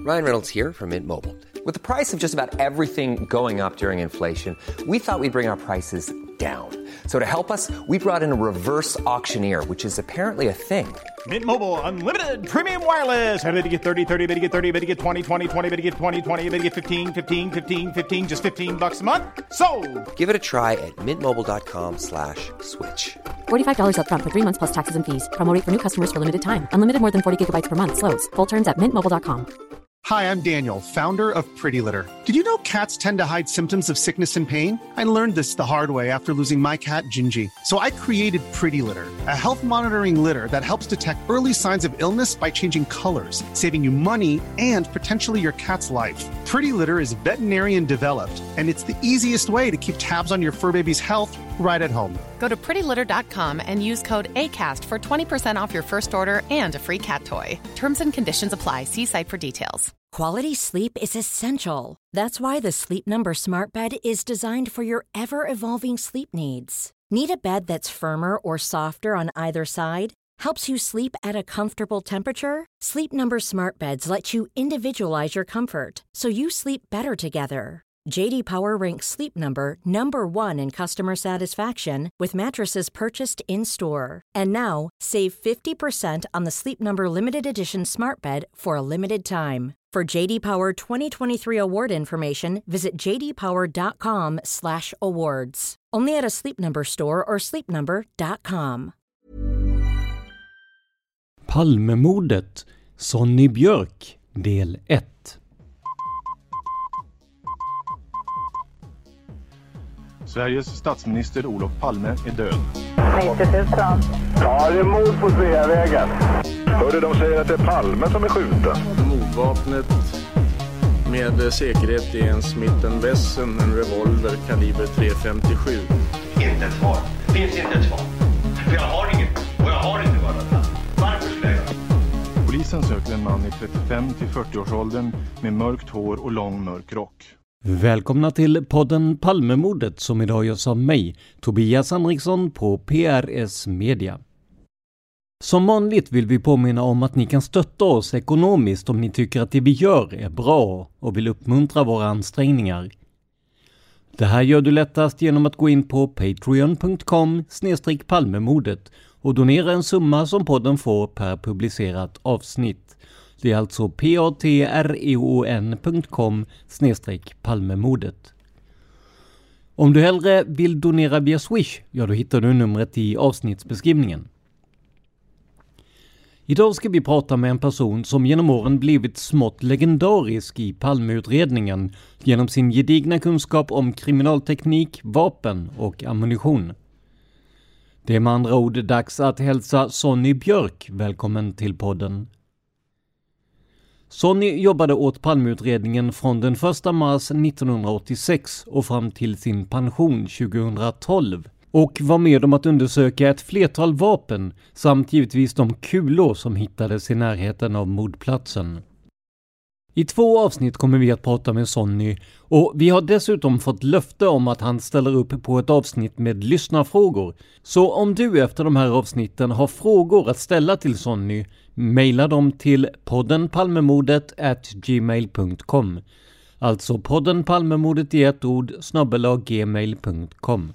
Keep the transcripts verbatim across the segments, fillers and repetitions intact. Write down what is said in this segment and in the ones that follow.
Ryan Reynolds here from Mint Mobile. With the price of just about everything going up during inflation, we thought we'd bring our prices down. So to help us, we brought in a reverse auctioneer, which is apparently a thing. Mint Mobile Unlimited Premium Wireless. How to get thirty, thirty, how to get thirty, how to get twenty, twenty, twenty, how to get twenty, twenty, how to get fifteen, fifteen, fifteen, fifteen, just fifteen bucks a month? Sold! Give it a try at mintmobile.com slash switch. forty-five dollars up front for three months plus taxes and fees. Promo rate for new customers for limited time. Unlimited more than forty gigabytes per month. Slows full terms at mint mobile dot com. Hi, I'm Daniel, founder of Pretty Litter. Did you know cats tend to hide symptoms of sickness and pain? I learned this the hard way after losing my cat, Gingy. So I created Pretty Litter, a health monitoring litter that helps detect early signs of illness by changing colors, saving you money and potentially your cat's life. Pretty Litter is veterinarian developed, and it's the easiest way to keep tabs on your fur baby's health right at home. Go to pretty litter dot com and use code ACAST for twenty percent off your first order and a free cat toy. Terms and conditions apply. See site for details. Quality sleep is essential. That's why the Sleep Number Smart Bed is designed for your ever-evolving sleep needs. Need a bed that's firmer or softer on either side? Helps you sleep at a comfortable temperature? Sleep Number Smart Beds let you individualize your comfort, so you sleep better together. J D Power ranks Sleep Number number one in customer satisfaction with mattresses purchased in-store. And now, save fifty percent on the Sleep Number Limited Edition Smart Bed for a limited time. For J D Power twenty twenty-three award information, visit j d power dot com slash awards. Only at a Sleep Number store or sleep number dot com. Palmemordet, Sonny Björk, del ett. Sveriges statsminister Olof Palme är död. nittio tusen. Ja, det är mord på Sveavägen. Hörde de säger att det är Palme som är skjuten. Mordvapnet med säkerhet är en Smith and Wesson, en revolver kaliber tre femtiosju. Inte ett svar. Finns inte ett svar. För jag har inget. Och jag har inte varit. Varför skulle jag? Polisen söker en man i trettiofem till fyrtio-årsåldern med mörkt hår och lång mörk rock. Välkomna till podden Palmemordet som idag görs av mig, Tobias Henriksson på P R S Media. Som vanligt vill vi påminna om att ni kan stötta oss ekonomiskt om ni tycker att det vi gör är bra och vill uppmuntra våra ansträngningar. Det här gör du lättast genom att gå in på patreon punkt com slash palmemordet och donera en summa som podden får per publicerat avsnitt. Det är alltså patreon punkt com slash palmemordet. Om du hellre vill donera via Swish, ja då hittar du numret i avsnittsbeskrivningen. Idag ska vi prata med en person som genom åren blivit smått legendarisk i Palmeutredningen genom sin gedigna kunskap om kriminalteknik, vapen och ammunition. Det är med andra ord dags att hälsa Sonny Björk välkommen till podden. Sonny jobbade åt Palmeutredningen från den första mars nittonhundraåttiosex och fram till sin pension tjugohundratolv och var med om att undersöka ett flertal vapen samt givetvis de kulor som hittades i närheten av mordplatsen. I två avsnitt kommer vi att prata med Sonny och vi har dessutom fått löfte om att han ställer upp på ett avsnitt med lyssnarfrågor. Så om du efter de här avsnitten har frågor att ställa till Sonny, mejla dem till poddenpalmemordet at gmail punkt com. Alltså poddenpalmemordet i ett ord snabel-a gmail punkt com.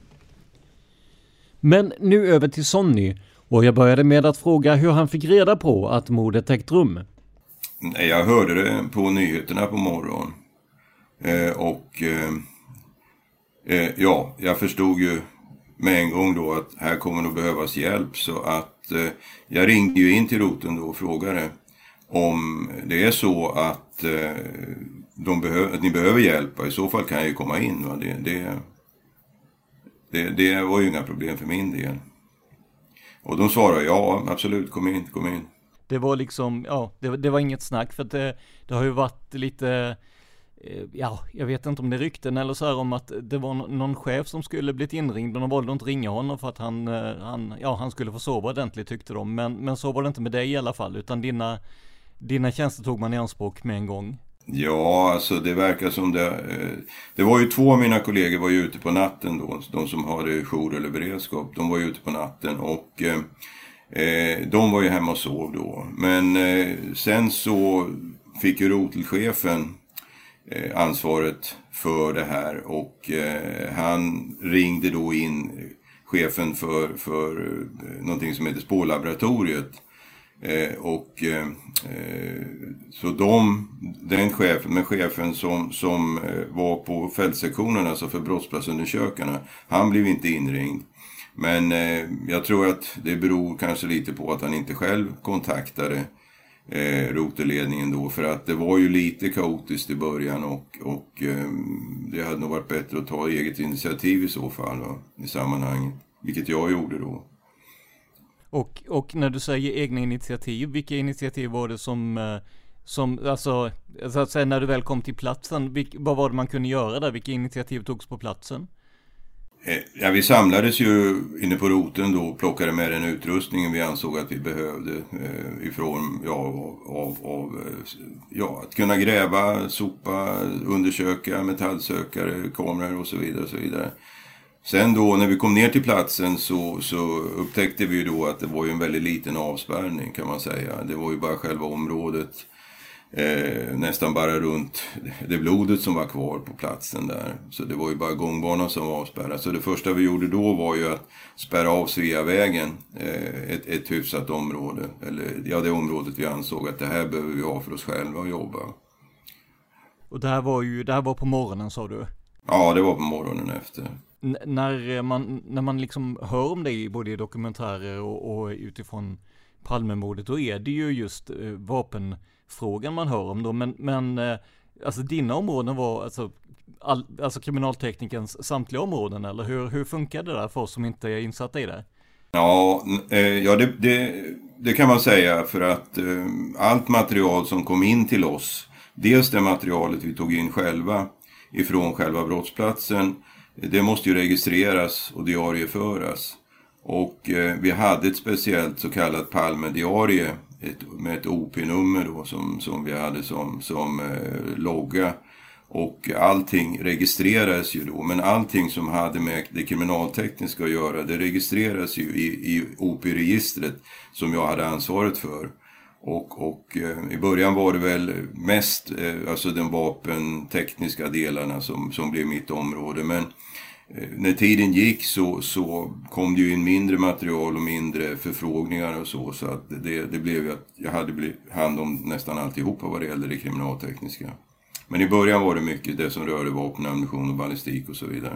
Men nu över till Sonny och jag började med att fråga hur han fick reda på att mordet ägt rum. Jag hörde det på nyheterna på morgonen eh, och eh, eh, ja, jag förstod ju med en gång då att här kommer nog behövas hjälp, så att eh, jag ringde ju in till roten då och frågade om det är så att, eh, de behöver, att ni behöver hjälpa. I så fall kan jag ju komma in. Va? Det, det, det, det var ju inga problem för min del. Och de svarade ja, absolut, kom in, kom in. Det var liksom, ja, det, det var inget snack för att det, det har ju varit lite, eh, ja, jag vet inte om det är rykten eller så här om att det var no- någon chef som skulle blivit inringd och de valde inte ringa honom för att han, eh, han, ja, han skulle få sova ordentligt tyckte de. Men, men så var det inte med dig i alla fall, utan dina, dina tjänster tog man i anspråk med en gång. Ja, alltså det verkar som det, eh, det var ju två av mina kollegor var ju ute på natten då, de som hade jour eller beredskap, de var ju ute på natten och eh, Eh, de var ju hemma och sov då. Men eh, sen så fick ju rotelchefen eh, ansvaret för det här och eh, han ringde då in chefen för, för eh, någonting som heter spårlaboratoriet. Eh, och eh, så de, den chefen, men chefen som, som eh, var på fältsektionen, alltså för brottsplatsundersökarna, han blev inte inringd. Men eh, jag tror att det beror kanske lite på att han inte själv kontaktade eh, roteledningen då, för att det var ju lite kaotiskt i början och, och eh, det hade nog varit bättre att ta eget initiativ i så fall då, i sammanhanget, vilket jag gjorde då. Och, och när du säger egna initiativ, vilka initiativ var det som, som alltså, så att säga, när du väl kom till platsen, vilk, vad var det man kunde göra där? Vilka initiativ togs på platsen? Ja, vi samlades ju inne på roten då och plockade med den utrustningen vi ansåg att vi behövde eh, ifrån, ja, av, av, ja, att kunna gräva, sopa, undersöka, metallsökare, kameror och så vidare och så vidare. Sen då när vi kom ner till platsen så, så upptäckte vi ju då att det var ju en väldigt liten avspärrning kan man säga. Det var ju bara själva området, eh, nästan bara runt det blodet som var kvar på platsen där. Så det var ju bara gångbanan som var avspärrad. Så det första vi gjorde då var ju att spärra av Sveavägen, eh, ett, ett hyfsat område. Eller ja, det området vi ansåg att det här behöver vi ha för oss själva att jobba. Och det här var ju, det här var på morgonen sa du? Ja, det var på morgonen efter. N- när man, när man liksom hör om det både i dokumentärer och, och utifrån Palmemordet, då är det ju just eh, vapenfrågan man hör om då. Men, men eh, alltså dina områden var alltså, all, alltså kriminalteknikens samtliga områden, eller hur, hur funkar det där för oss som inte är insatta i det? Ja, eh, ja det, det, det kan man säga, för att eh, allt material som kom in till oss, dels det materialet vi tog in själva ifrån själva brottsplatsen, det måste ju registreras och diarieföras. Och eh, vi hade ett speciellt så kallat Palmediarie ett, med ett O P-nummer då som, som vi hade som, som eh, logga. Och allting registrerades ju då, men allting som hade med det kriminaltekniska att göra, det registreras ju i, i O P-registret som jag hade ansvaret för. Och, och eh, i början var det väl mest eh, alltså den vapentekniska delarna som, som blev mitt område. Men eh, när tiden gick så, så kom det ju in mindre material och mindre förfrågningar och så. Så att det, det blev ju att jag hade blivit hand om nästan alltihopa vad det gällde det kriminaltekniska. Men i början var det mycket det som rörde vapen, ammunition och ballistik och så vidare.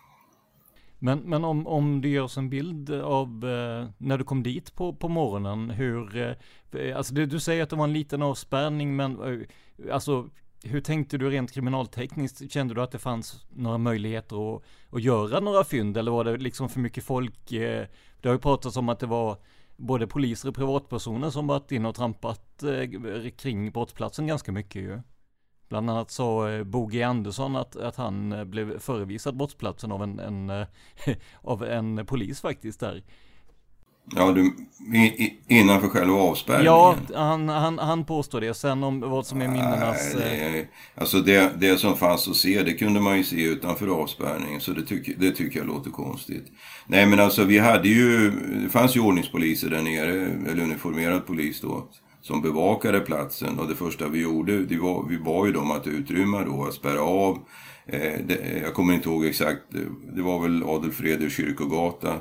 Men, men om, om du gör oss en bild av eh, när du kom dit på, på morgonen, hur, eh, alltså du, du säger att det var en liten avspärrning, men eh, alltså hur tänkte du rent kriminaltekniskt? Kände du att det fanns några möjligheter att, att göra några fynd, eller var det liksom för mycket folk? Eh, det har ju pratats om att det var både poliser och privatpersoner som varit in och trampat eh, kring brottsplatsen ganska mycket ju. Bland annat sa Bo G. Andersson att, att han blev förevisad brottsplatsen av en, en, av en polis faktiskt där. Ja, du, i, innanför själva avspärrningen. Ja, han, han, han påstår det. Sen om vad som är minnenas... Nej, det, alltså det, det som fanns att se, det kunde man ju se utanför avspärrningen. Så det, tyck, det tycker jag låter konstigt. Nej, men alltså vi hade ju... Det fanns ju ordningspoliser där nere, eller uniformerad polis då, som bevakade platsen. Och det första vi gjorde, det var, vi var ju dem att utrymma då, att spärra av. Eh, det, jag kommer inte ihåg exakt, det var väl Adolf Fredrik kyrkogata.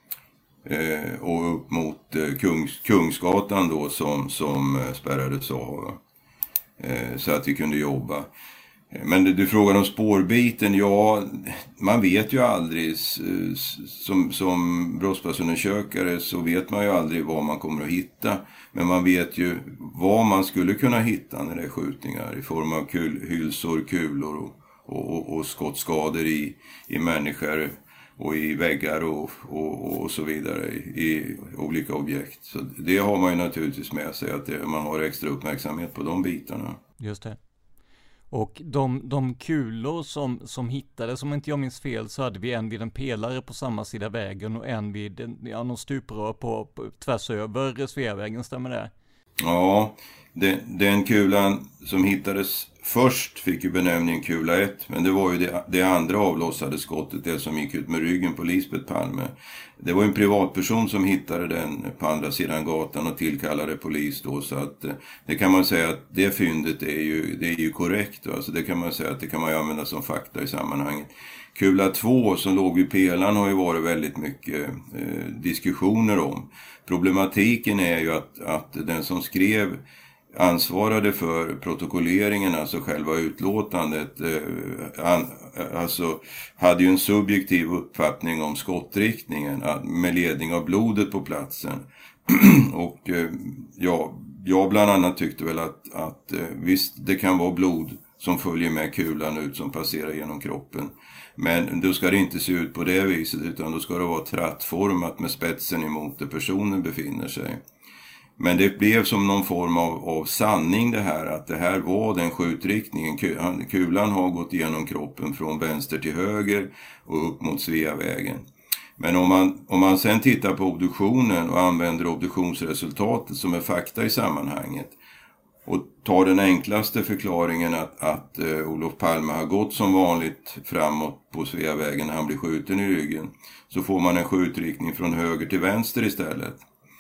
Eh, och upp mot eh, Kungs, Kungsgatan då som, som eh, spärrades av. Eh, så att vi kunde jobba. Eh, men du, du frågar om spårbiten, ja, man vet ju aldrig, eh, som, som brottsplatsundersökare så vet man ju aldrig vad man kommer att hitta. Men man vet ju vad man skulle kunna hitta när det är skjutningar i form av kul, hylsor, kulor och, och, och, och skottskador i, i människor och i väggar och, och, och så vidare i, i olika objekt. Så det har man ju naturligtvis med sig, att det, man har extra uppmärksamhet på de bitarna. Just det. Och de, de kulor som, som hittades, om inte jag minns fel, så hade vi en vid en pelare på samma sida vägen och en vid en, ja, någon stuprör på, på tvärs över Sveavägen, stämmer det? Ja, den, den kulan som hittades först fick ju benämningen kula ett, men det var ju det, det andra avlossade skottet, det som gick ut med ryggen på Lisbeth Palme. Det var en privatperson som hittade den på andra sidan gatan och tillkallade polis då, så att det kan man säga att det fyndet är ju, det är ju korrekt då. Alltså det kan man säga att det kan man ju använda som fakta i sammanhanget. Kula två som låg vid pelaren har ju varit väldigt mycket eh, diskussioner om. Problematiken är ju att, att den som skrev ansvarade för protokolleringen, alltså själva utlåtandet, eh, an, alltså hade ju en subjektiv uppfattning om skottriktningen med ledning av blodet på platsen. Och eh, ja, jag bland annat tyckte väl att, att eh, visst det kan vara blod som följer med kulan ut som passerar genom kroppen. Men då ska det inte se ut på det viset, utan då ska det vara trattformat med spetsen emot där personen befinner sig. Men det blev som någon form av, av sanning det här, att det här var den skjutriktningen. Kulan har gått igenom kroppen från vänster till höger och upp mot Sveavägen. Men om man, om man sen tittar på obduktionen och använder obduktionsresultatet som är fakta i sammanhanget och tar den enklaste förklaringen att, att uh, Olof Palme har gått som vanligt framåt på Sveavägen när han blir skjuten i ryggen, så får man en skjutriktning från höger till vänster istället.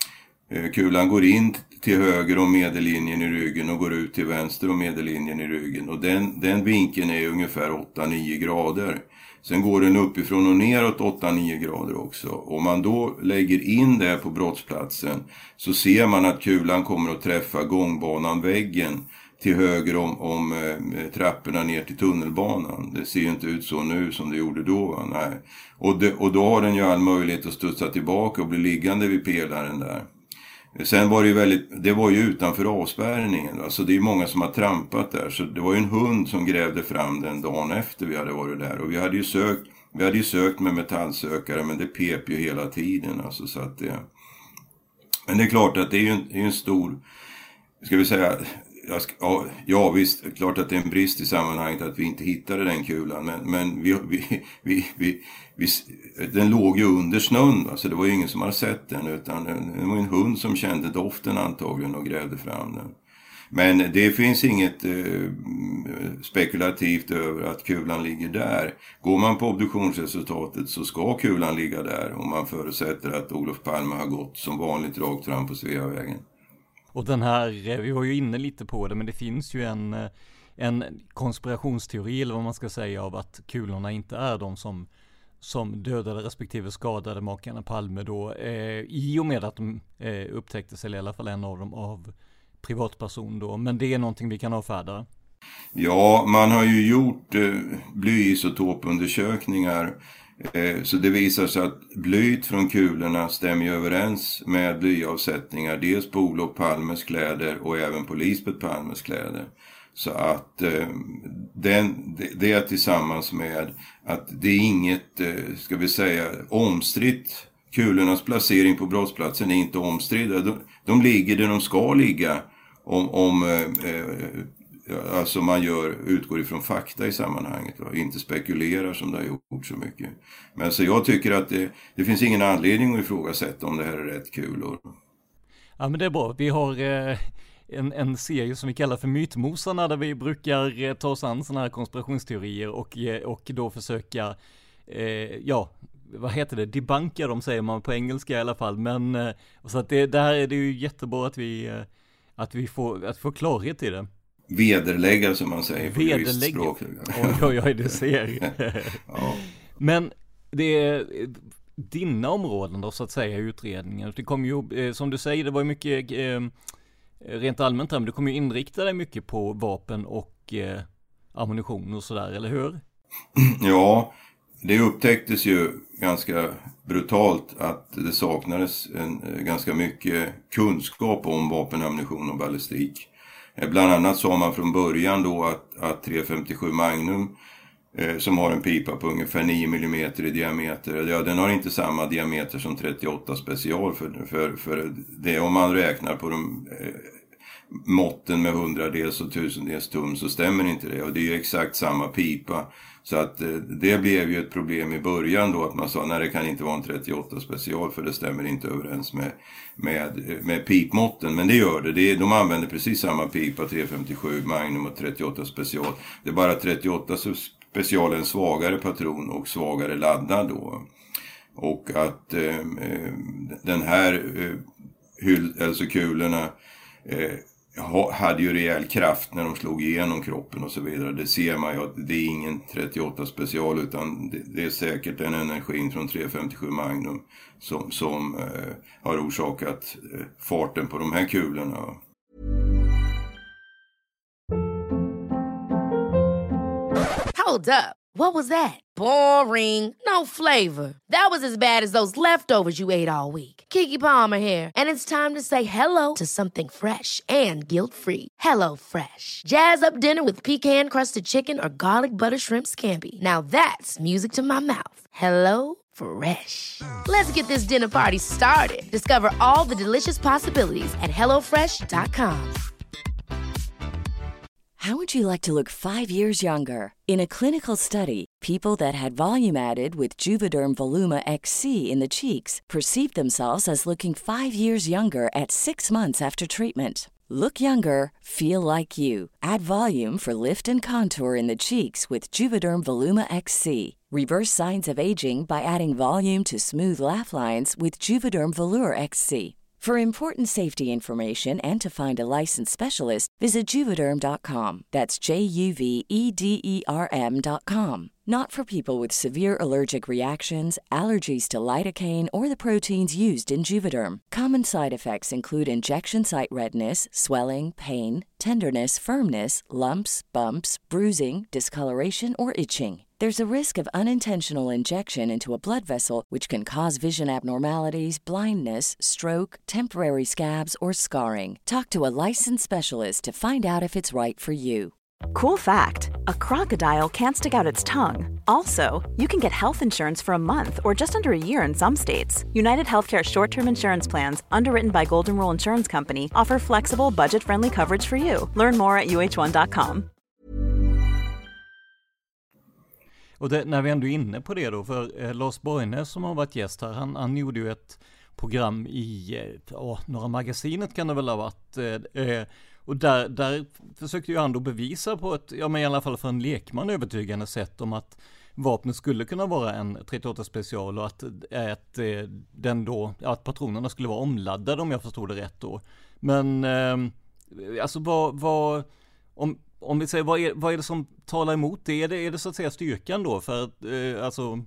Kulan går in till höger om medellinjen i ryggen och går ut till vänster om medellinjen i ryggen. Och den, den vinkeln är ungefär åtta nio grader. Sen går den uppifrån och neråt åtta nio grader också. Om man då lägger in det på brottsplatsen så ser man att kulan kommer att träffa gångbanan, väggen till höger om, om eh, trapporna ner till tunnelbanan. Det ser ju inte ut så nu som det gjorde då. Va? Nej. Och, det, och då har den ju all möjlighet att studsa tillbaka och bli liggande vid pelaren där. Sen var det ju väldigt, det var ju utanför avspärrningen, alltså det är ju många som har trampat där, så det var ju en hund som grävde fram den dagen efter vi hade varit där, och vi hade ju sökt, vi hade ju sökt med metallsökare, men det pep ju hela tiden, alltså, så att det, men det är klart att det är ju en, det är en stor, ska vi säga, jag ska, ja, ja visst, klart att det är en brist i sammanhanget att vi inte hittade den kulan, men, men vi, vi, vi, vi, vi, den låg ju under snön, va? Så det var ju ingen som hade sett den, utan det var en hund som kände doften antagligen och grävde fram den. Men det finns inget eh, spekulativt över att kulan ligger där. Går man på obduktionsresultatet så ska kulan ligga där, om man förutsätter att Olof Palme har gått som vanligt rakt fram på Sveavägen. Och den här, vi var ju inne lite på det, men det finns ju en, en konspirationsteori, eller vad man ska säga, av att kulorna inte är de som, som dödade respektive skadade makarna Palme då, eh, i och med att de eh, upptäcktes, eller i alla fall en av dem, av privatperson då. Men det är någonting vi kan avfärda. Ja, man har ju gjort eh, blyisotopundersökningar. Så det visar sig att blyet från kulorna stämmer överens med blyavsättningar dels på Olof Palmes kläder och även på Lisbeth Palmes kläder. Så att eh, den, det, det är tillsammans med att det är inget, eh, ska vi säga, omstritt. Kulornas placering på brottsplatsen är inte omstridda. De, de ligger där de ska ligga om, om eh, alltså man gör, utgår ifrån fakta i sammanhanget och inte spekulerar som det har gjort så mycket. Men så jag tycker att det, det finns ingen anledning att ifrågasätta om det här är rätt kulor. Ja, men det är bra. Vi har eh, en, en serie som vi kallar för Mytmosarna, där vi brukar eh, ta oss an sådana här konspirationsteorier och, eh, och då försöka, eh, ja, vad heter det? Debunka, de säger man på engelska i alla fall. Men eh, och så att det, där är det ju jättebra att vi, eh, att vi får, att få klarhet i det. Vederlägga, som man säger på juristspråk. Oj, oj, oj, du ser. Ja. Men det är dina områden då, så att säga, i utredningen. Det kom ju, som du säger, det var ju mycket eh, rent allmänt här, men du kommer ju inrikta dig mycket på vapen och eh, ammunition och sådär, eller hur? Ja, det upptäcktes ju ganska brutalt att det saknades en, ganska mycket kunskap om vapen, ammunition och ballistik. Bland annat sa man från början då att, att tre femtiosju Magnum, eh, som har en pipa på ungefär nio millimeter i diameter, ja, den har inte samma diameter som trettioåtta special, för, för, för det, om man räknar på de, eh, måtten med hundradels och tusendels tum så stämmer inte det. Och det är ju exakt samma pipa. Så att eh, det blev ju ett problem i början då att man sa nej det kan inte vara en trettioåtta special för det stämmer inte överens med, med, med pipmåtten. Men det gör det. det är, de använder precis samma pipa, tre femtiosju Magnum och trettioåtta special. Det är bara trettioåtta special är en svagare patron och svagare laddad då. Och att eh, den här eh, hyll, alltså kulorna eh, hade ju rejäl kraft när de slog igenom kroppen och så vidare. Det ser man ju att det är ingen trettioåtta special utan det, det är säkert en energin från tre femtiosju Magnum som, som eh, har orsakat eh, farten på de här kulorna. Hold up. What was that? Boring. No flavor. That was as bad as those leftovers you ate all week. Keke Palmer here, and it's time to say hello to something fresh and guilt-free. Hello Fresh. Jazz up dinner with pecan-crusted chicken or garlic butter shrimp scampi. Now that's music to my mouth. Hello Fresh. Let's get this dinner party started. Discover all the delicious possibilities at hello fresh dot com. How would you like to look five years younger? In a clinical study, people that had volume added with Juvederm Voluma X C in the cheeks perceived themselves as looking five years younger at six months after treatment. Look younger, feel like you. Add volume for lift and contour in the cheeks with Juvederm Voluma X C. Reverse signs of aging by adding volume to smooth laugh lines with Juvederm Volure X C. For important safety information and to find a licensed specialist, visit Juvederm dot com. That's J U V E D E R M dot com. Not for people with severe allergic reactions, allergies to lidocaine, or the proteins used in Juvederm. Common side effects include injection site redness, swelling, pain, tenderness, firmness, lumps, bumps, bruising, discoloration, or itching. There's a risk of unintentional injection into a blood vessel, which can cause vision abnormalities, blindness, stroke, temporary scabs, or scarring. Talk to a licensed specialist to find out if it's right for you. Cool fact, a crocodile can't stick out its tongue. Also, you can get health insurance for a month or just under a year in some states. United Healthcare short-term insurance plans, underwritten by Golden Rule Insurance Company, offer flexible, budget-friendly coverage for you. Learn more at U H one dot com. Och det, när vi ändå är inne på det då, för eh, Lars Borgnäs som har varit gäst här, han, han gjorde ju ett program i eh, några magasinet kan det väl ha varit, eh, och där, där försökte ju han då bevisa på ett, ja men i alla fall för en lekman övertygande sätt om att vapnet skulle kunna vara en trettioåtta special och att, att, den då, att patronerna skulle vara omladdade om jag förstod det rätt då. Men eh, alltså vad, vad om Om vi säger, vad är, vad är det som talar emot det? Är det, är det så att säga styrkan då? För att, eh, alltså,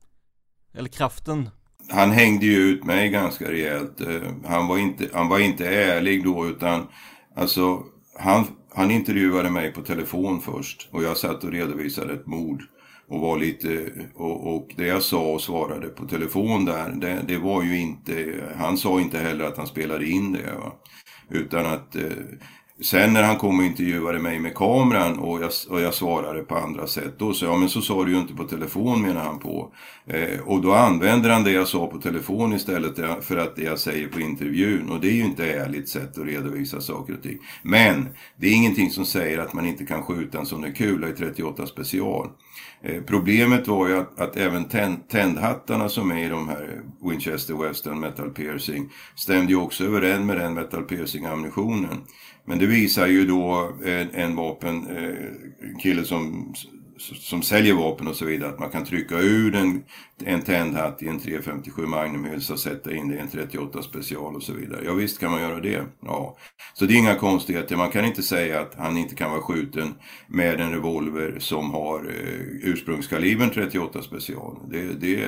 eller kraften? Han hängde ju ut mig ganska rejält. Han var inte, han var inte ärlig då utan, alltså, han, han intervjuade mig på telefon först. Och jag satt och redovisade ett mord. Och var lite, och, och det jag sa och svarade på telefon där, det, det var ju inte, han sa inte heller att han spelade in det va. Utan att... Eh, Sen när han kom och intervjuade mig med kameran och jag, och jag svarade på andra sätt, då sa jag, ja men så sa du ju inte på telefon menar han på. Eh, och då använder han det jag sa på telefon istället för att det jag säger på intervjun. Och det är ju inte ärligt sätt att redovisa saker och ting. Men det är ingenting som säger att man inte kan skjuta en sån där kula i trettioåtta special. Eh, problemet var ju att, att även tänd, tändhattarna som är i de här Winchester Western Metal Piercing stämde ju också överens med den Metal Piercing ammunitionen. Men det visar ju då en, en vapen, en kille som, som säljer vapen och så vidare, att man kan trycka ur en, en tändhatt i en tre femtiosju Magnum hylsa och sätta in det i en trettioåtta special och så vidare. Ja visst kan man göra det. Ja. Så det är inga konstigheter. Man kan inte säga att han inte kan vara skjuten med en revolver som har eh, ursprungskalibern trettioåtta special. Det, det,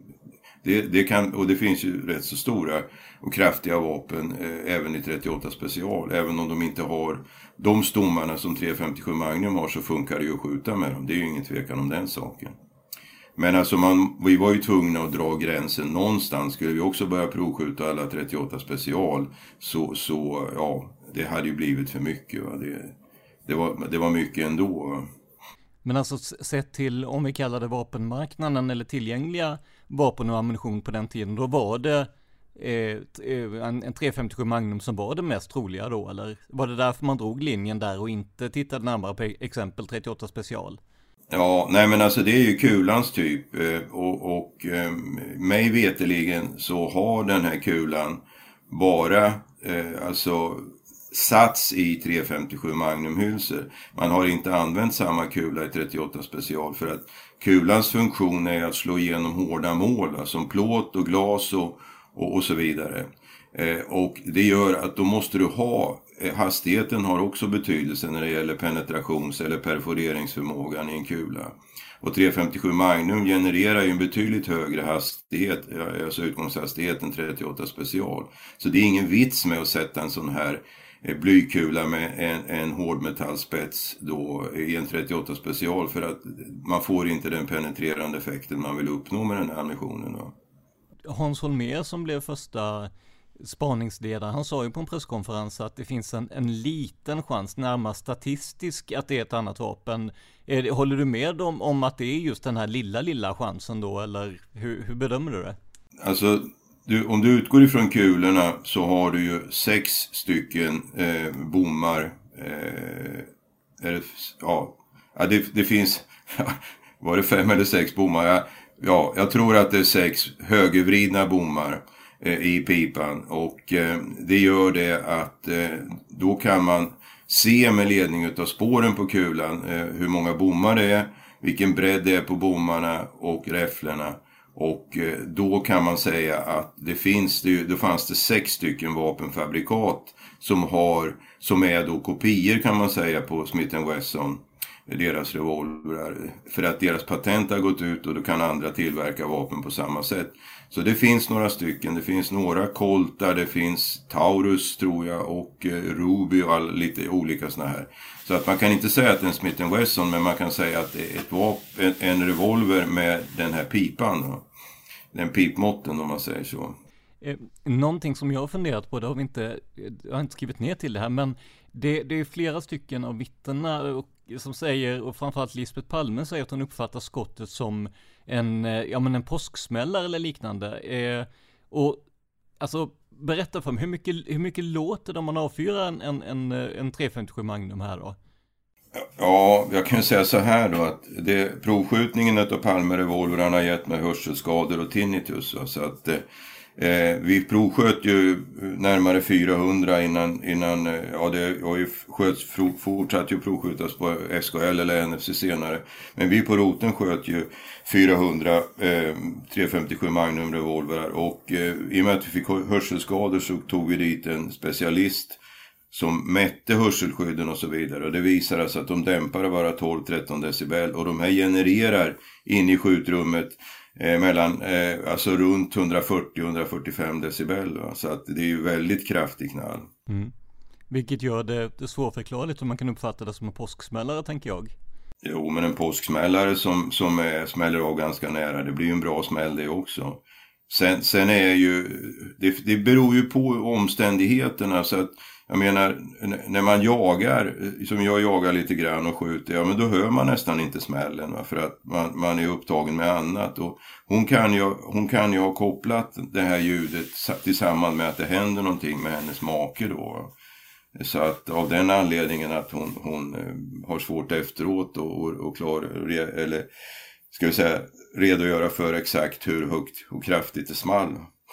det, det kan, och det finns ju rätt så stora och kraftiga vapen eh, även i trettioåtta special. Även om de inte har de stommarna som tre femtiosju Magnum har, så funkar det ju att skjuta med dem. Det är ju ingen tvekan om den saken. Men alltså man, vi var ju tvungna att dra gränsen någonstans. Skulle vi också börja provskjuta alla trettioåtta special så, så ja, det hade ju blivit för mycket va? Det, det, var, det var mycket ändå va? Men alltså sett till, om vi kallar det vapenmarknaden eller tillgängliga vapen och ammunition på den tiden, då var det eh, en, en tre femtiosju Magnum som var det mest troliga då, eller var det därför man drog linjen där och inte tittade närmare på exempel trettioåtta special? Ja, nej men alltså det är ju kulans typ och, och eh, mig veteligen så har den här kulan bara eh, alltså sats i tre femtiosju Magnum-hylsor. Man har inte använt samma kula i trettioåtta special för att kulans funktion är att slå igenom hårda mål som alltså plåt och glas och, och, och så vidare. Eh, och det gör att då måste du ha, eh, hastigheten har också betydelse när det gäller penetrations- eller perforeringsförmågan i en kula. Och tre femtiosju Magnum genererar ju en betydligt högre hastighet, alltså utgångshastighet än trettioåtta special. Så det är ingen vits med att sätta en sån här blykula med en, en hårdmetallspets då i en trettioåtta special för att man får inte den penetrerande effekten man vill uppnå med den här ammunitionen då. Hans Holmér som blev första spaningsledare, han sa ju på en presskonferens att det finns en, en liten chans, närmast statistisk, att det är ett annat vapen. Är det, håller du med om, om att det är just den här lilla, lilla chansen då, eller hur, hur bedömer du det? Alltså, du, om du utgår ifrån kulorna så har du ju sex stycken eh, bommar. Eh, är det, ja, ja det, det finns, var det fem eller sex bommar? Ja, ja, jag tror att det är sex högervridna bommar i pipan och eh, det gör det att eh, då kan man se med ledning av spåren på kulan eh, hur många bommar det är, vilken bredd det är på bommarna och räfflorna och eh, då kan man säga att det finns det, då fanns det sex stycken vapenfabrikat som har som är då kopior kan man säga på Smith and Wesson, deras revolvrar, för att deras patent har gått ut och då kan andra tillverka vapen på samma sätt. Så det finns några stycken, det finns några Coltar, det finns Taurus tror jag och eh, Ruby och all, lite olika såna här. Så att man kan inte säga att det är en Smith and Wesson, men man kan säga att det är ett vapen, en revolver med den här pipan då. Den pipmåtten om man säger så. Eh, någonting som jag har funderat på, det har vi inte, jag har inte skrivit ner till det här, men det, det är flera stycken av vittnena och som säger, och framförallt Lisbeth Palme säger att hon uppfattar skottet som en, ja men en påsksmällare eller liknande. Eh, och alltså berätta för mig, hur mycket, hur mycket låter det om man avfyrar en, en, en, en tre femtiosju Magnum här då? Ja, jag kan säga så här då att det, provskjutningen av Palme-revolverna har gett mig hörselskador och tinnitus. Så att eh, vi provsköt ju närmare fyrahundra innan, innan ja det har ju sköts, fortsatt ju provskjutas på S K L eller N F C senare. Men vi på roten sköt ju fyrahundra eh, tre femtiosju Magnum revolverar och eh, i och med att vi fick hörselskador så tog vi dit en specialist som mätte hörselskydden och så vidare. Och det visar alltså att de dämpar bara tolv till tretton decibel. Och de här genererar in i skjutrummet eh, mellan, eh, alltså runt hundrafyrtio till hundrafyrtiofem decibel. Va? Så att det är ju väldigt kraftig knall. Mm. Vilket gör det, det svårförklarligt om man kan uppfatta det som en påsksmällare, tänker jag. Jo, men en påsksmällare som, som är, smäller av ganska nära, det blir ju en bra smäll det också. Sen, sen är ju, det, det beror ju på omständigheterna så att jag menar, när man jagar, som jag jagar lite grann och skjuter, ja men då hör man nästan inte smällen va, för att man, man är upptagen med annat. Och hon kan ju, hon kan ju ha kopplat det här ljudet tillsammans med att det händer någonting med hennes make då. Så att av den anledningen att hon, hon har svårt efteråt och, och, och klar, eller ska vi säga, redogöra för exakt hur högt och kraftigt det small.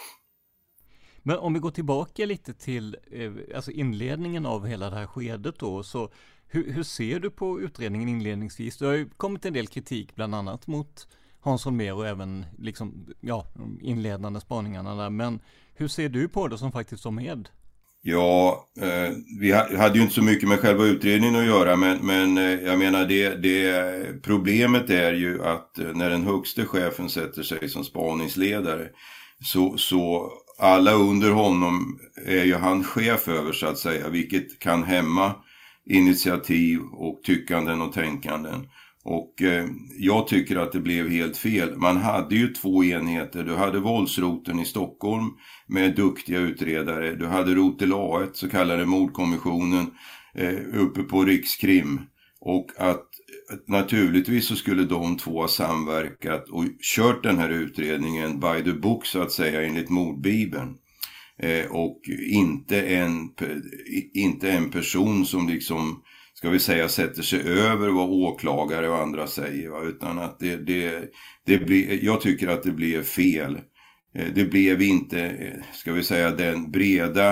Men om vi går tillbaka lite till eh, alltså inledningen av hela det här skedet då, så hur, hur ser du på utredningen inledningsvis? Det har ju kommit en del kritik bland annat mot Hans Holmér och även liksom, ja, inledande spaningarna där, men hur ser du på det som faktiskt var med? Ja, eh, vi hade ju inte så mycket med själva utredningen att göra, men, men eh, jag menar det, det problemet är ju att eh, när den högste chefen sätter sig som spaningsledare så, så alla under honom är ju han chef över så att säga, vilket kan hämma initiativ och tyckanden och tänkanden. Och eh, jag tycker att det blev helt fel. Man hade ju två enheter. Du hade våldsroten i Stockholm med duktiga utredare. Du hade rotel A ett, så kallade mordkommissionen, eh, uppe på Rikskrim. Och att naturligtvis så skulle de två ha samverkat och kört den här utredningen by the book så att säga enligt mordbibeln. Eh, och inte en, inte en person som liksom, ska vi säga, sätter sig över vad åklagare och andra säger. Va? Utan att det, det, det blir, jag tycker att det blir fel. Eh, det blev inte, ska vi säga, den breda,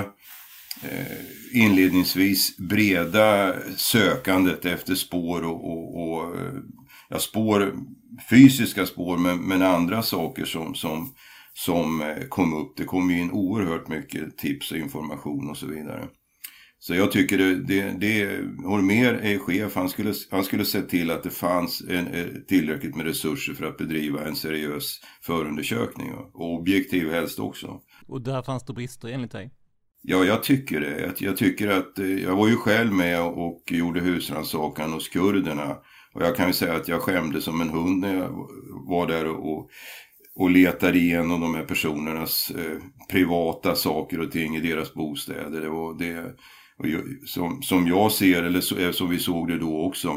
eh, inledningsvis breda sökandet efter spår och, och, och ja, spår, fysiska spår, men, men andra saker som, som som kom upp. Det kom ju in oerhört mycket tips och information och så vidare. Så jag tycker det, det, det Holmér är chef. Han skulle, han skulle se till att det fanns en, tillräckligt med resurser för att bedriva en seriös förundersökning. Och objektiv helst också. Och där fanns det brister enligt dig? Ja, jag tycker det. Jag, jag tycker att, jag var ju själv med och gjorde husrannsakan hos kurderna. Och jag kan ju säga att jag skämde som en hund när jag var där och och letar igenom de här personernas eh, privata saker och ting i deras bostäder. Det var det, och som, som jag ser, eller så, som vi såg det då också,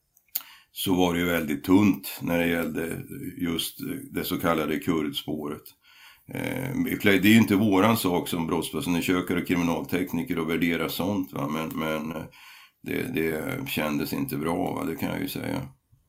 så var det ju väldigt tunt när det gällde just det så kallade kurdspåret. Eh, det är ju inte våran sak som brottsundersökare och kriminaltekniker att värdera sånt, va? Men, men det, det kändes inte bra, va? Det kan jag ju säga.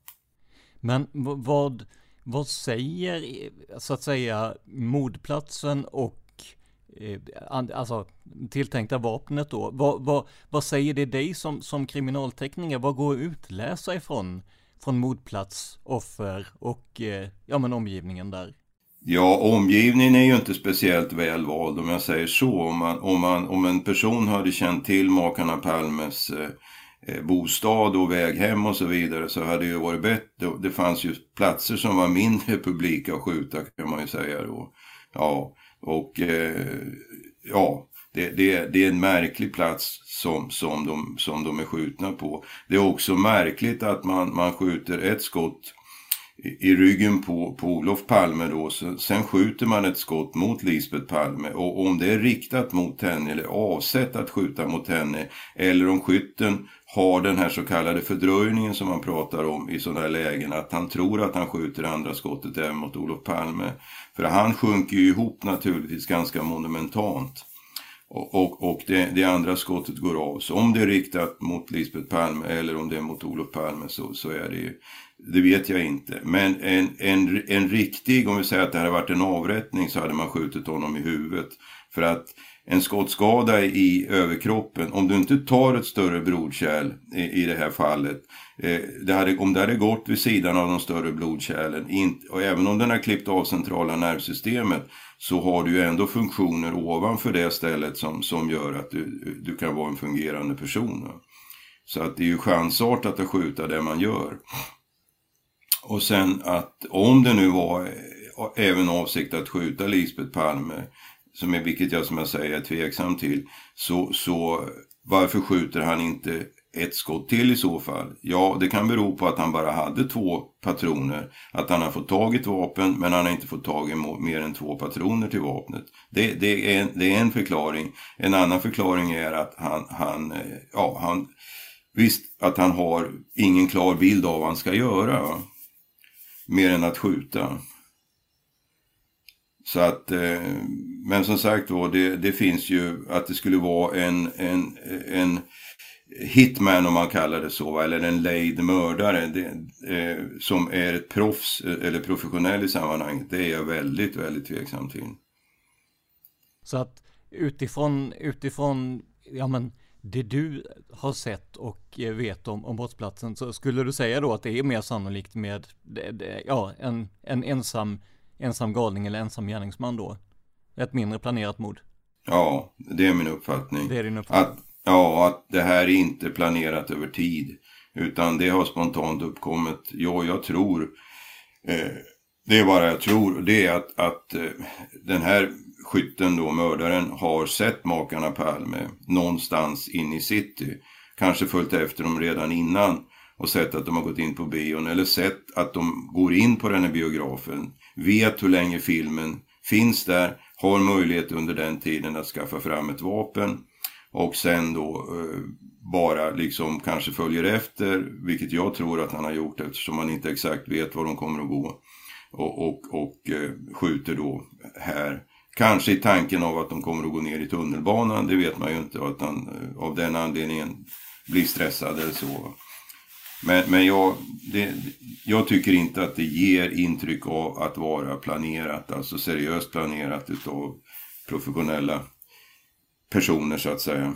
Men vad... Vad säger, så att säga, mordplatsen och eh, alltså tilltänkta vapnet då? Vad, vad, vad säger det dig som, som kriminaltekniker? Vad går att utläsa ifrån från mordplats, offer och eh, ja, men omgivningen där? Ja, omgivningen är ju inte speciellt välvald om jag säger så. Om, man, om, man, om en person hade känt till makarna Palmes eh, bostad och väg hem och så vidare, så hade det ju varit bättre. Det fanns ju platser som var mindre publika att skjuta, kan man ju säga då. Ja, och eh, ja, det, det, det är en märklig plats som, som, de, som de är skjutna på. Det är också märkligt att man, man skjuter ett skott i, i ryggen på, på Olof Palme då, så, sen skjuter man ett skott mot Lisbeth Palme, och om det är riktat mot henne eller avsett att skjuta mot henne, eller om skytten har den här så kallade fördröjningen som man pratar om i sådana här lägen, att han tror att han skjuter andra skottet även mot Olof Palme, för han sjunker ju ihop naturligtvis ganska monumentalt. Och, och, och det, det andra skottet går av. Så om det är riktat mot Lisbeth Palme eller om det är mot Olof Palme, så, så är det ju, det vet jag inte. Men en, en, en riktig, om vi säger att det här har varit en avrättning, så hade man skjutit honom i huvudet. För att en skottskada i överkroppen, om du inte tar ett större blodkärl i, i det här fallet, eh, det hade, om det hade gått vid sidan av de större blodkärlen, inte, och även om den har klippt av centrala nervsystemet, så har du ju ändå funktioner ovanför det stället som, som gör att du, du kan vara en fungerande person. Så att det är ju chansartat att skjuta det man gör. Och sen att om det nu var även avsikt att skjuta Lisbeth Palme, som är, vilket jag som jag säger är tveksam till, så, så varför skjuter han inte ett skott till i så fall? Ja, det kan bero på att han bara hade två patroner, att han har fått tag i ett vapen, men han har inte fått tag i mer än två patroner till vapnet. Det, det, är, det är en förklaring. En annan förklaring är att han, han, ja, han visst att han har ingen klar bild av vad han ska göra, va? Mer än att skjuta. Så att, eh, men som sagt då, det, det finns ju att det skulle vara en, en, en hitman, om man kallar det så, eller en lejd mördare, det, eh, som är ett proffs eller professionell i sammanhanget. Det är jag väldigt, väldigt tveksam till. Så att utifrån, utifrån ja men, det du har sett och vet om, om brottsplatsen, så skulle du säga då att det är mer sannolikt med det, det, ja, en, en ensam, ensam galning eller ensam gärningsman då? Ett mindre planerat mord? Ja, det är min uppfattning. Det är din uppfattning? Att, ja, att det här är inte planerat över tid, utan det har spontant uppkommit. Ja, jag tror, eh, det är bara jag tror, det är att, att eh, den här skytten då, mördaren, har sett makarna Palme någonstans in i city. Kanske följt efter dem redan innan och sett att de har gått in på bion, eller sett att de går in på den här biografen. Vet hur länge filmen finns där, har möjlighet under den tiden att skaffa fram ett vapen. Och sen då eh, bara liksom kanske följer efter, vilket jag tror att han har gjort eftersom man inte exakt vet var de kommer att gå. Och, och, och eh, skjuter då här Kanske i tanken av att de kommer att gå ner i tunnelbanan, det vet man ju inte, att han av den anledningen blir stressad eller så. Men, men jag, det, jag tycker inte att det ger intryck av att vara planerat, alltså seriöst planerat utav professionella personer så att säga.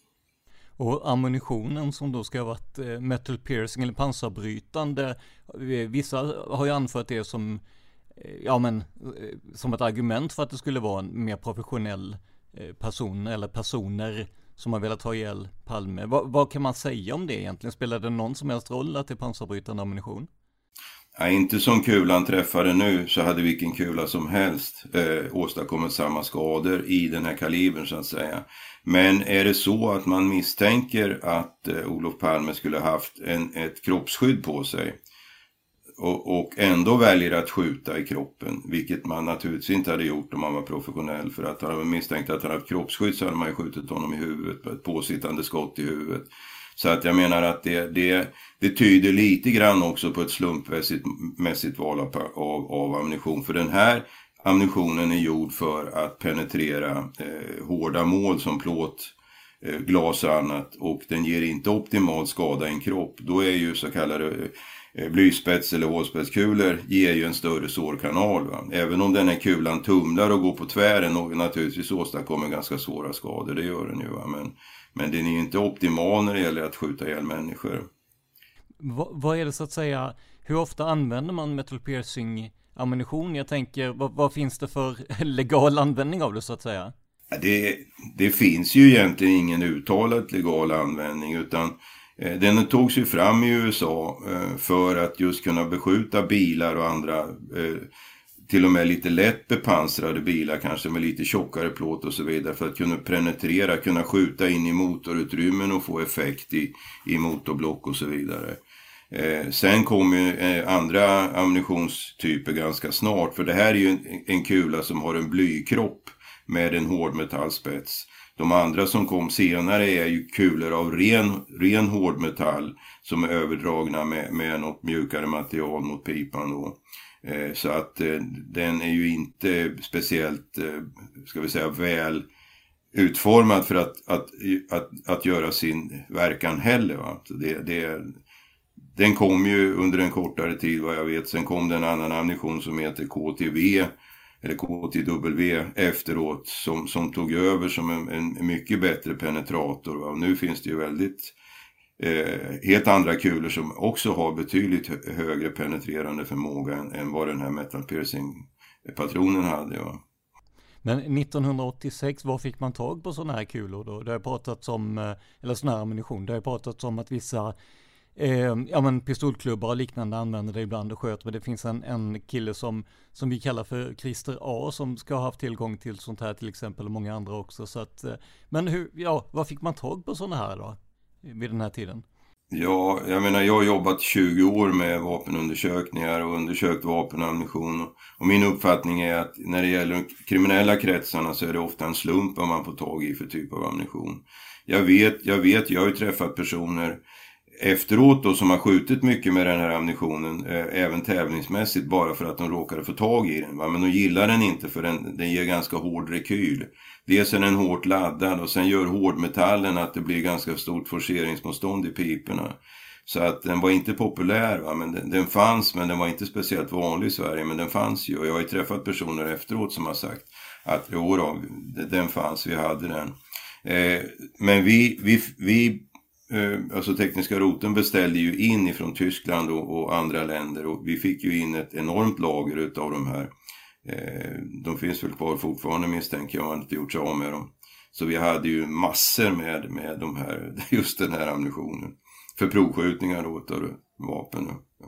Och ammunitionen som då ska ha varit metal piercing eller pansarbrytande, vissa har ju anfört det som, ja men, som ett argument för att det skulle vara en mer professionell person eller personer som har velat ta ihjäl Palme. Vad, vad kan man säga om det egentligen? Spelar det någon som helst roll att det är pansarbrytande ammunition? Ja, inte som kulan träffade nu så hade vilken kula som helst eh, åstadkommit samma skador i den här kalibern så att säga. Men är det så att man misstänker att eh, Olof Palme skulle haft en, ett kroppsskydd på sig och, och ändå väljer att skjuta i kroppen, vilket man naturligtvis inte hade gjort om man var professionell, för att han misstänkt att han haft kroppsskydd så hade man ju skjutit honom i huvudet, ett påsittande skott i huvudet. Så att jag menar att det, det, det tyder lite grann också på ett slumpmässigt val av, av, av ammunition. För den här ammunitionen är gjord för att penetrera eh, hårda mål som plåt, eh, glas och annat. Och den ger inte optimal skada i en kropp. Då är ju så kallade eh, blyspets eller hålspetskulor ger ju en större sårkanal. Va? Även om den här kulan tumlar och går på tvären och naturligtvis åstadkommer ganska svåra skador. Det gör den ju va. Men... Men den är ju inte optimal när det gäller att skjuta ihjäl människor. Va, vad är det så att säga, hur ofta använder man metal piercing ammunition? Jag tänker, vad, vad finns det för legal användning av det så att säga? Det, det finns ju egentligen ingen uttalat legal användning, utan eh, den togs ju fram i U S A eh, för att just kunna beskjuta bilar och andra eh, till och med lite lätt bepansrade bilar, kanske med lite tjockare plåt och så vidare, för att kunna penetrera, kunna skjuta in i motorutrymmen och få effekt i, i motorblock och så vidare. Eh, sen kommer ju eh, andra ammunitionstyper ganska snart, för det här är ju en, en kula som har en blykropp med en hårdmetallspets. De andra som kom senare är ju kulor av ren, ren hårdmetall som är överdragna med, med något mjukare material mot pipan då. Så att eh, den är ju inte speciellt, eh, ska vi säga, väl utformad för att, att, att, att göra sin verkan heller. Va? Så det, det, den kom ju under en kortare tid vad jag vet. Sen kom det en annan ammunition som heter K T V eller K T W efteråt som, som tog över som en, en mycket bättre penetrator. Va? Och nu finns det ju väldigt Eh, helt andra kulor som också har betydligt hö- högre penetrerande förmåga än, än vad den här metal piercing-patronen hade. Ja. Men nittonhundraåttiosex, var fick man tag på sådana här kulor då? Det har pratat om, eller sån här ammunition, det har pratat om att vissa eh, ja, men pistolklubbar och liknande använder det ibland och sköt. Men det finns en, en kille som, som vi kallar för Christer A som ska ha haft tillgång till sånt här till exempel och många andra också. Så att, eh, men hur, ja, var fick man tag på sådana här då? Vid den här tiden? Ja, jag menar jag har jobbat tjugo år med vapenundersökningar och undersökt vapenammunition. Och min uppfattning är att när det gäller de kriminella kretsarna så är det ofta en slump vad man får tag i för typ av ammunition. Jag vet, jag vet, jag har ju träffat personer efteråt då som har skjutit mycket med den här ammunitionen, eh, även tävlingsmässigt, bara för att de råkade få tag i den. Va? Men de gillar den inte för den, den ger ganska hård rekyl. Dels är den hårt laddad och sen gör hårdmetallen att det blir ganska stort forceringsmotstånd i piporna. Så att den var inte populär, va? Men den, den fanns, men den var inte speciellt vanlig i Sverige, men den fanns ju. Och jag har ju träffat personer efteråt som har sagt att jo då, den fanns, vi hade den. Eh, men vi, vi, vi alltså tekniska roten beställde ju in ifrån Tyskland och, och andra länder och vi fick ju in ett enormt lager utav de här. Eh, de finns väl kvar fortfarande misstänker jag, man inte gjort sig av med dem. Så vi hade ju massor med, med de här, just den här ammunitionen för provskjutningar då utav vapen. Ja.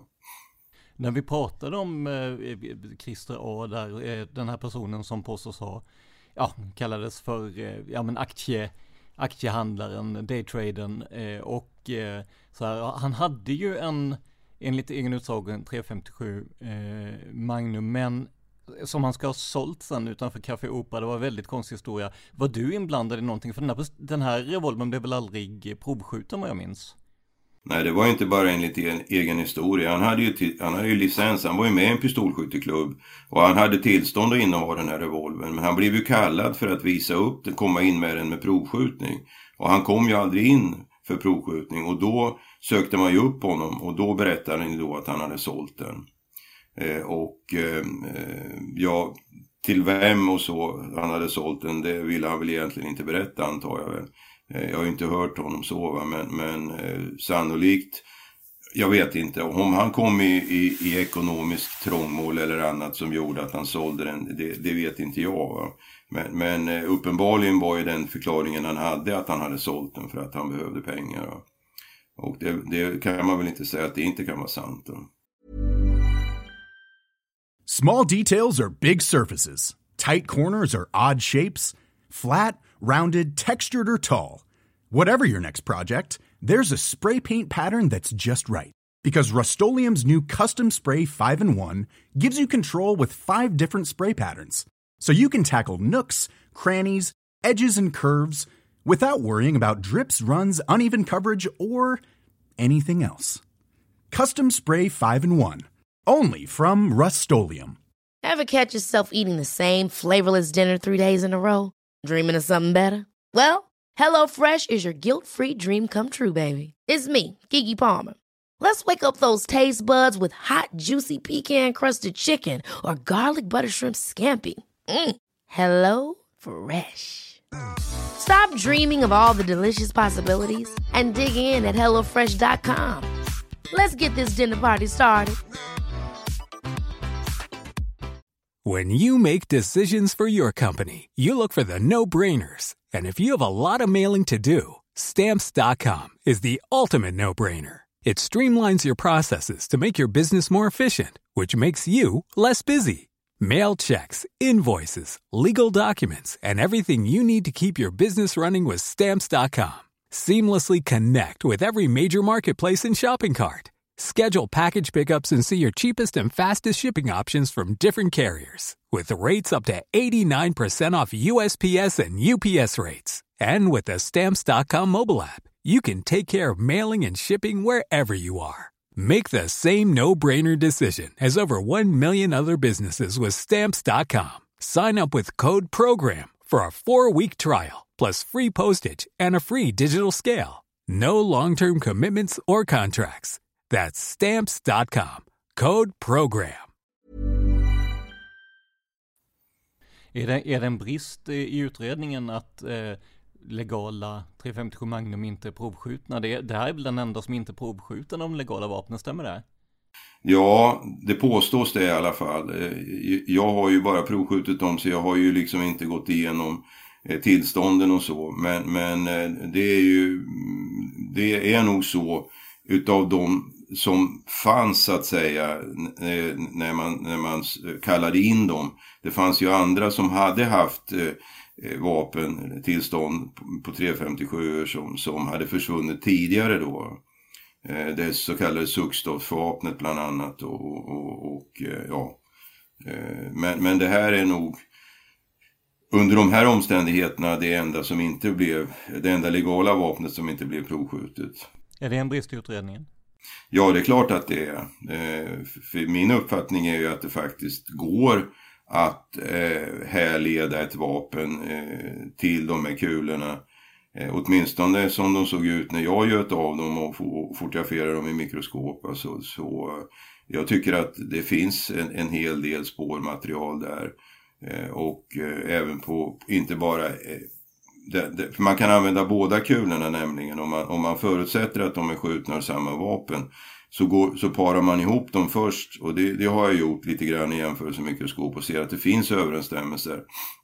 När vi pratade om eh, Christer A där, eh, den här personen som påstås ha, ja, kallades för eh, ja, men aktie aktiehandlaren, daytradern eh, och eh, så här, han hade ju en, enligt egen utsago, en tre femtiosju eh, Magnum, men som han ska ha sålt sen utanför Café Opera. Det var en väldigt konstig historia. Var du inblandad i någonting? För den här, den här revolvern blev väl aldrig provskjuten vad jag minns? Nej, det var inte bara enligt en egen historia. Han hade ju, t- han hade ju licens, han var ju med i en pistolskytteklubb. Och han hade tillstånd att inneha den här revolvern. Men han blev ju kallad för att visa upp den, komma in med den med provskjutning. Och han kom ju aldrig in för provskjutning. Och då sökte man ju upp honom. Och då berättade han då att han hade sålt den. Eh, och eh, ja, till vem och så han hade sålt den, det ville han väl egentligen inte berätta, antar jag väl. Jag har ju inte hört honom så, va? men, men eh, sannolikt, jag vet inte, om han kom i, i, i ekonomisk trångmål eller annat som gjorde att han sålde den, det, det vet inte jag. Va? Men, men eh, uppenbarligen var ju den förklaringen han hade att han hade sålt den för att han behövde pengar. Va? Och det, det kan man väl inte säga att det inte kan vara sant. Va? Small details are big surfaces. Tight corners are odd shapes. Flat, rounded, textured, or tall. Whatever your next project, there's a spray paint pattern that's just right. Because Rust-Oleum's new Custom Spray five in one gives you control with five different spray patterns. So you can tackle nooks, crannies, edges, and curves without worrying about drips, runs, uneven coverage, or anything else. Custom Spray five in one. Only from Rust-Oleum. Ever catch yourself eating the same flavorless dinner three days in a row? Dreaming of something better? Well, HelloFresh is your guilt-free dream come true, baby. It's me, Keke Palmer. Let's wake up those taste buds with hot, juicy pecan-crusted chicken or garlic butter shrimp scampi. Mm. Hello Fresh. Stop dreaming of all the delicious possibilities and dig in at hello fresh dot com. Let's get this dinner party started. When you make decisions for your company, you look for the no-brainers. And if you have a lot of mailing to do, Stamps dot com is the ultimate no-brainer. It streamlines your processes to make your business more efficient, which makes you less busy. Mail checks, invoices, legal documents, and everything you need to keep your business running with Stamps dot com. Seamlessly connect with every major marketplace and shopping cart. Schedule package pickups and see your cheapest and fastest shipping options from different carriers. With rates up to eighty-nine percent off U S P S and U P S rates. And with the Stamps dot com mobile app, you can take care of mailing and shipping wherever you are. Make the same no-brainer decision as over one million other businesses with Stamps dot com. Sign up with code PROGRAM for a four-week trial, plus free postage and a free digital scale. No long-term commitments or contracts. That's Stamps dot com. Code PROGRAM. Är det, är det en brist i utredningen att eh, legala tre femtiosju Magnum inte är provskjutna? Det, det här är väl den enda som inte är provskjuten av legala vapnen, stämmer det? Ja, det påstås det i alla fall. Jag har ju bara provskjutit dem, så jag har ju liksom inte gått igenom tillstånden och så. Men, men det är ju, det är nog så utav de som fanns, så att säga, när man, när man kallade in dem. Det fanns ju andra som hade haft eh, vapen tillstånd på tre femtiosju som, som hade försvunnit tidigare då. Eh, det så kallade suckstoffvapnet bland annat. Och, och, och ja. Eh, men, men det här är nog under de här omständigheterna det enda som inte blev, det enda legala vapnet som inte blev provskjutet. Är det en brist i utredningen? Ja, det är klart att det är. Eh, för min uppfattning är ju att det faktiskt går att eh, härleda ett vapen eh, till de här kulorna. Eh, åtminstone som de såg ut när jag göt av dem och, och fotograferade dem i mikroskop. Alltså, så jag tycker att det finns en, en hel del spårmaterial där. Eh, och eh, även på, inte bara... Eh, Det, det, för man kan använda båda kulorna nämligen. Om man, om man förutsätter att de är skjutna av samma vapen, så, går, så parar man ihop dem först. Och det, det har jag gjort lite grann i jämförelse med mikroskop och ser att det finns överensstämmelser.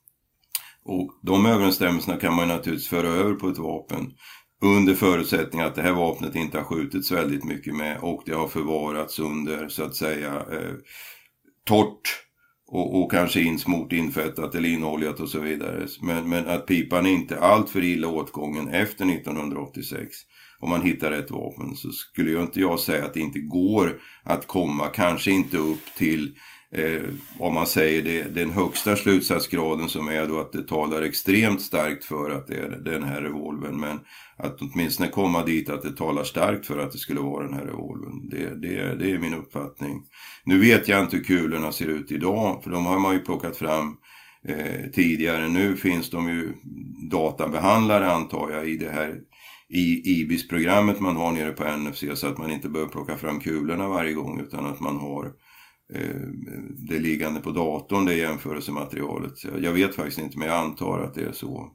Och de överensstämmelserna kan man naturligtvis föra över på ett vapen under förutsättning att det här vapnet inte har skjutits väldigt mycket med och det har förvarats under, så att säga, eh, torrt. Och, och kanske insmort, infettat eller inoljat och så vidare. Men, men att pipan är inte allt för illa åtgången efter nittonhundraåttiosex. Om man hittar ett vapen, så skulle ju inte jag säga att det inte går att komma. Kanske inte upp till eh, om man säger det, den högsta slutsatsgraden som är då att det talar extremt starkt för att det är den här revolvern, men att åtminstone komma dit att det talar starkt för att det skulle vara den här revolvern, det, det, det är min uppfattning. Nu vet jag inte hur kulorna ser ut idag, för de har man ju plockat fram eh, tidigare. Nu finns de ju databehandlare antar jag i det här i I B I S-programmet man har nere på N F C, så att man inte behöver plocka fram kulorna varje gång, utan att man har eh, det liggande på datorn, det jämförelsematerialet. Jag vet faktiskt inte, men jag antar att det är så.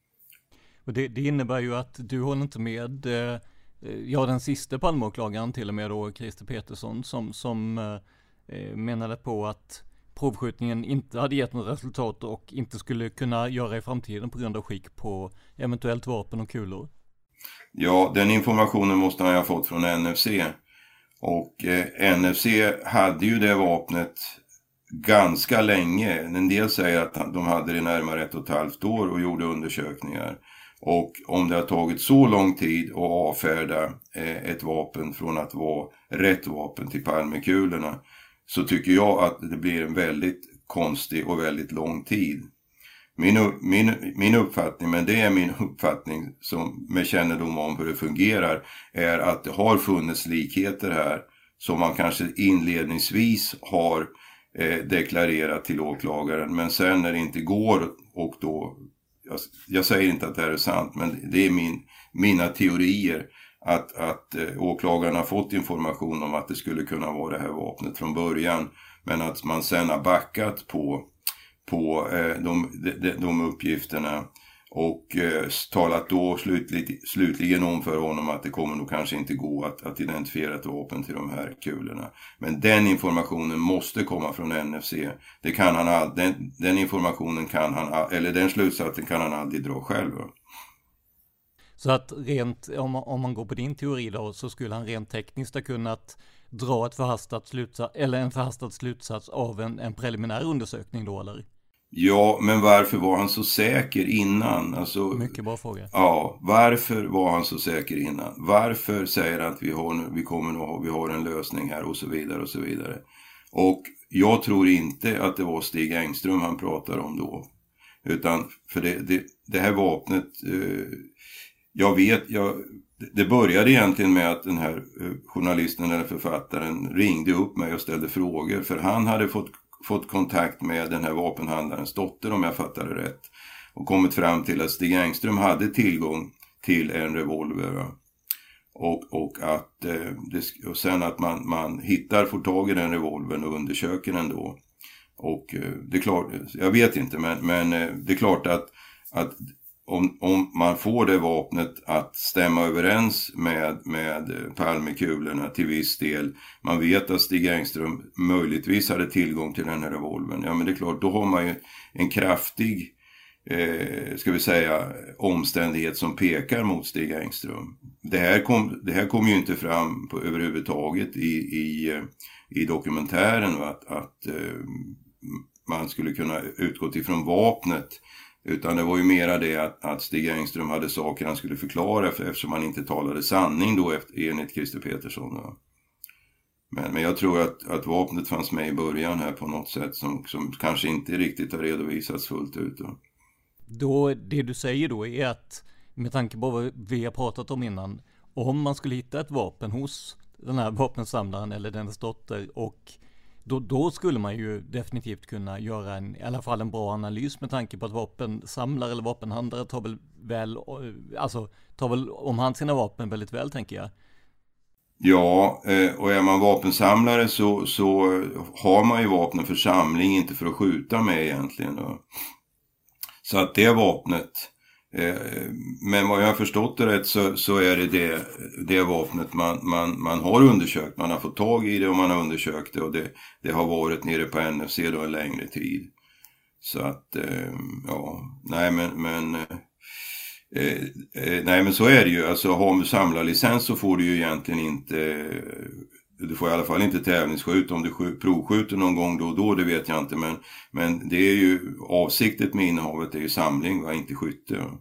Och det, det innebär ju att du håller inte med, eh, ja den sista Palmeåklagaren till och med då, Christer Petersson, som, som eh, menade på att provskjutningen inte hade gett något resultat och inte skulle kunna göra i framtiden på grund av skick på eventuellt vapen och kulor. Ja, den informationen måste han ha fått från N F C. Och eh, N F C hade ju det vapnet ganska länge. En del säger att de hade det närmare ett och ett halvt år och gjorde undersökningar. Och om det har tagit så lång tid att avfärda eh, ett vapen från att vara rätt vapen till Palmekulorna, så tycker jag att det blir en väldigt konstig och väldigt lång tid. Min, min, min uppfattning, men det är min uppfattning som med kännedom om hur det fungerar, är att det har funnits likheter här som man kanske inledningsvis har eh, deklarerat till åklagaren, men sen när det inte går, och då, jag, jag säger inte att det här är sant, men det är min, mina teorier att, att eh, åklagaren har fått information om att det skulle kunna vara det här vapnet från början, men att man sen har backat på på eh, de, de, de uppgifterna och eh, talat då slutlig, slutligen om för honom att det kommer nog kanske inte gå att, att identifiera ett vapen till de här kulorna. Men den informationen måste komma från N F C. Det kan han all, den, den informationen kan han, eller den slutsatsen kan han aldrig dra själv. Så att rent, om, om man går på din teori då, så skulle han rent tekniskt ha kunnat dra ett förhastat slutsats, eller en förhastad slutsats av en, en preliminär undersökning då, eller? Ja, men varför var han så säker innan? Alltså, mycket bra fråga. Ja, varför var han så säker innan? Varför säger han att vi, har, vi kommer nog ha, vi har en lösning här och så vidare och så vidare. Och jag tror inte att det var Stig Engström han pratar om då. Utan, för det, det, det här vapnet, eh, jag vet, jag... Det började egentligen med att den här journalisten eller författaren ringde upp mig och ställde frågor. För han hade fått, fått kontakt med den här vapenhandlarens dotter, om jag fattade rätt. Och kommit fram till att Stig Engström hade tillgång till en revolver. Och, och, att, eh, det, och sen att man, man hittar, får tag i den revolvern och undersöker den då. Och eh, det är klart, jag vet inte, men, men eh, det är klart att... att Om, om man får det vapnet att stämma överens med, med Palmekulorna till viss del. Man vet att Stig Engström möjligtvis hade tillgång till den här revolvern. Ja, men det är klart, då har man ju en kraftig, eh, ska vi säga, omständighet som pekar mot Stig Engström. Det här kom, det här kom ju inte fram på, överhuvudtaget i, i, i dokumentären, va? Att, att eh, man skulle kunna utgå ifrån vapnet. Utan det var ju mera det att, att Stig Engström hade saker han skulle förklara eftersom han inte talade sanning då efter, enligt Christer Petersson. Ja. Men, men jag tror att, att vapnet fanns med i början här på något sätt som, som kanske inte riktigt har redovisats fullt ut. Då. då. Det du säger då är att, med tanke på vad vi har pratat om innan, om man skulle hitta ett vapen hos den här vapensamlaren eller dennes dotter, och Då, då skulle man ju definitivt kunna göra en, i alla fall en bra analys, med tanke på att vapensamlare eller vapenhandlare tar väl väl, alltså tar väl om hand sina vapen väldigt väl, tänker jag. Ja, och är man vapensamlare så, så har man ju vapnen för samling, inte för att skjuta med egentligen. Då. Så att det vapnet, men vad jag har förstått det rätt så, så är det det, det vapnet man, man, man har undersökt. Man har fått tag i det och man har undersökt det, och det, det har varit nere på N F C då en längre tid. Så att, ja, nej men, men eh, nej men så är det ju. Alltså har du samlarlicens så får du ju egentligen inte, du får i alla fall inte tävlingsskjuta. Om du provskjuter någon gång då och då, det vet jag inte. Men, men det är ju, avsiktet med innehavet är ju samling, va? Inte skytte. Ja.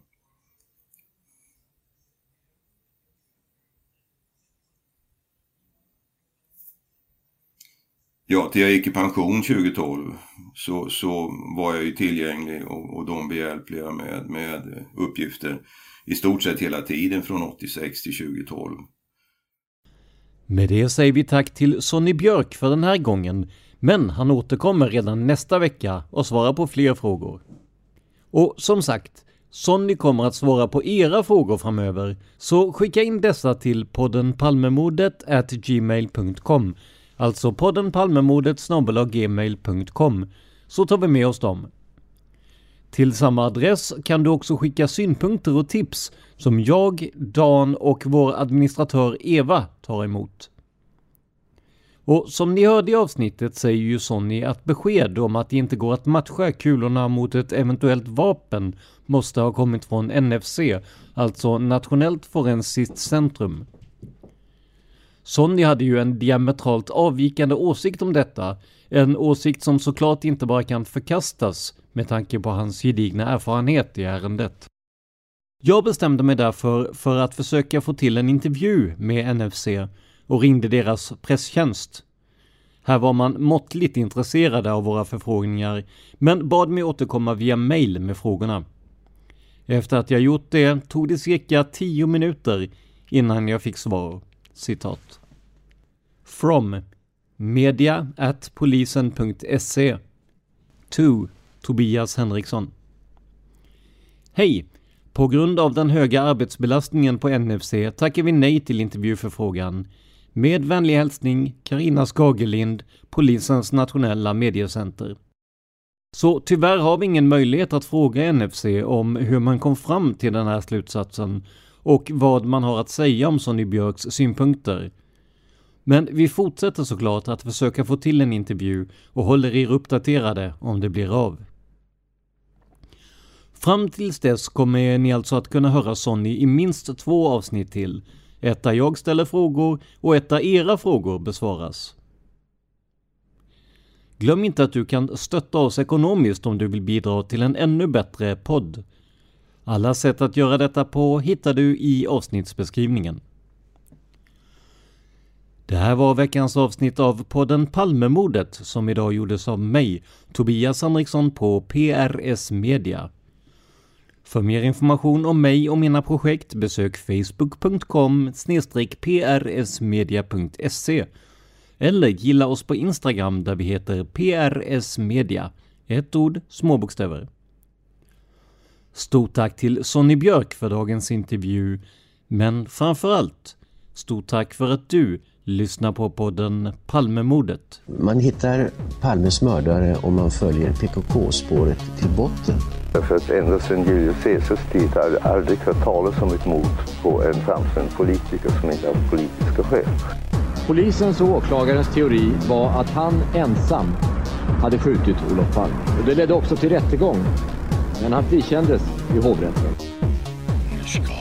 ja, till jag gick i pension tjugo-tolv så, så var jag ju tillgänglig och, och de behjälpliga med, med uppgifter i stort sett hela tiden från åttiosex till tjugo-tolv. Med det säger vi tack till Sonny Björk för den här gången, men han återkommer redan nästa vecka och svarar på fler frågor. Och som sagt, Sonny kommer att svara på era frågor framöver, så skicka in dessa till podden palmemordet at gmail punkt com, alltså podden palmemordet snabel-a gmail punkt com, så tar vi med oss dem. Till samma adress kan du också skicka synpunkter och tips som jag, Dan och vår administratör Eva tar emot. Och som ni hörde i avsnittet säger ju Sonny att besked om att det inte går att matcha kulorna mot ett eventuellt vapen måste ha kommit från N F C, alltså Nationellt Forensiskt Centrum. Sonny hade ju en diametralt avvikande åsikt om detta, en åsikt som såklart inte bara kan förkastas med tanke på hans gedigna erfarenhet i ärendet. Jag bestämde mig därför för att försöka få till en intervju med N F C och ringde deras presstjänst. Här var man måttligt intresserade av våra förfrågningar, men bad mig återkomma via mail med frågorna. Efter att jag gjort det tog det cirka tio minuter innan jag fick svar. Citat. From media at polisen punkt se to Tobias Henriksson. Hej! På grund av den höga arbetsbelastningen på N F C tackar vi nej till intervjuförfrågan. Med vänlig hälsning Carina Skagelind, Polisens nationella mediecenter. Så tyvärr har vi ingen möjlighet att fråga N F C om hur man kom fram till den här slutsatsen och vad man har att säga om Sonny Björks synpunkter. Men vi fortsätter såklart att försöka få till en intervju och håller er uppdaterade om det blir av. Fram tills dess kommer ni alltså att kunna höra Sonny i minst två avsnitt till. Ett där jag ställer frågor och ett där era frågor besvaras. Glöm inte att du kan stötta oss ekonomiskt om du vill bidra till en ännu bättre podd. Alla sätt att göra detta på hittar du i avsnittsbeskrivningen. Det här var veckans avsnitt av podden Palmemordet som idag gjordes av mig, Tobias Henriksson på P R S Media. För mer information om mig och mina projekt besök facebook punkt com slash p r s media punkt se eller gilla oss på Instagram där vi heter P R S Media, ett ord, små bokstäver. Stort tack till Sonny Björk för dagens intervju, men framförallt stort tack för att du lyssnar på podden Palmemordet. Man hittar Palmes mördare om man följer P K K-spåret till botten. För att ända sedan Julius Caesars tid har det aldrig hört talas om ett mord på en framstående politiker som inte har politiska skäl. Polisens och åklagarens teori var att han ensam hade skjutit Olof Palme. Och det ledde också till rättegång, men han frikändes i hovrätten.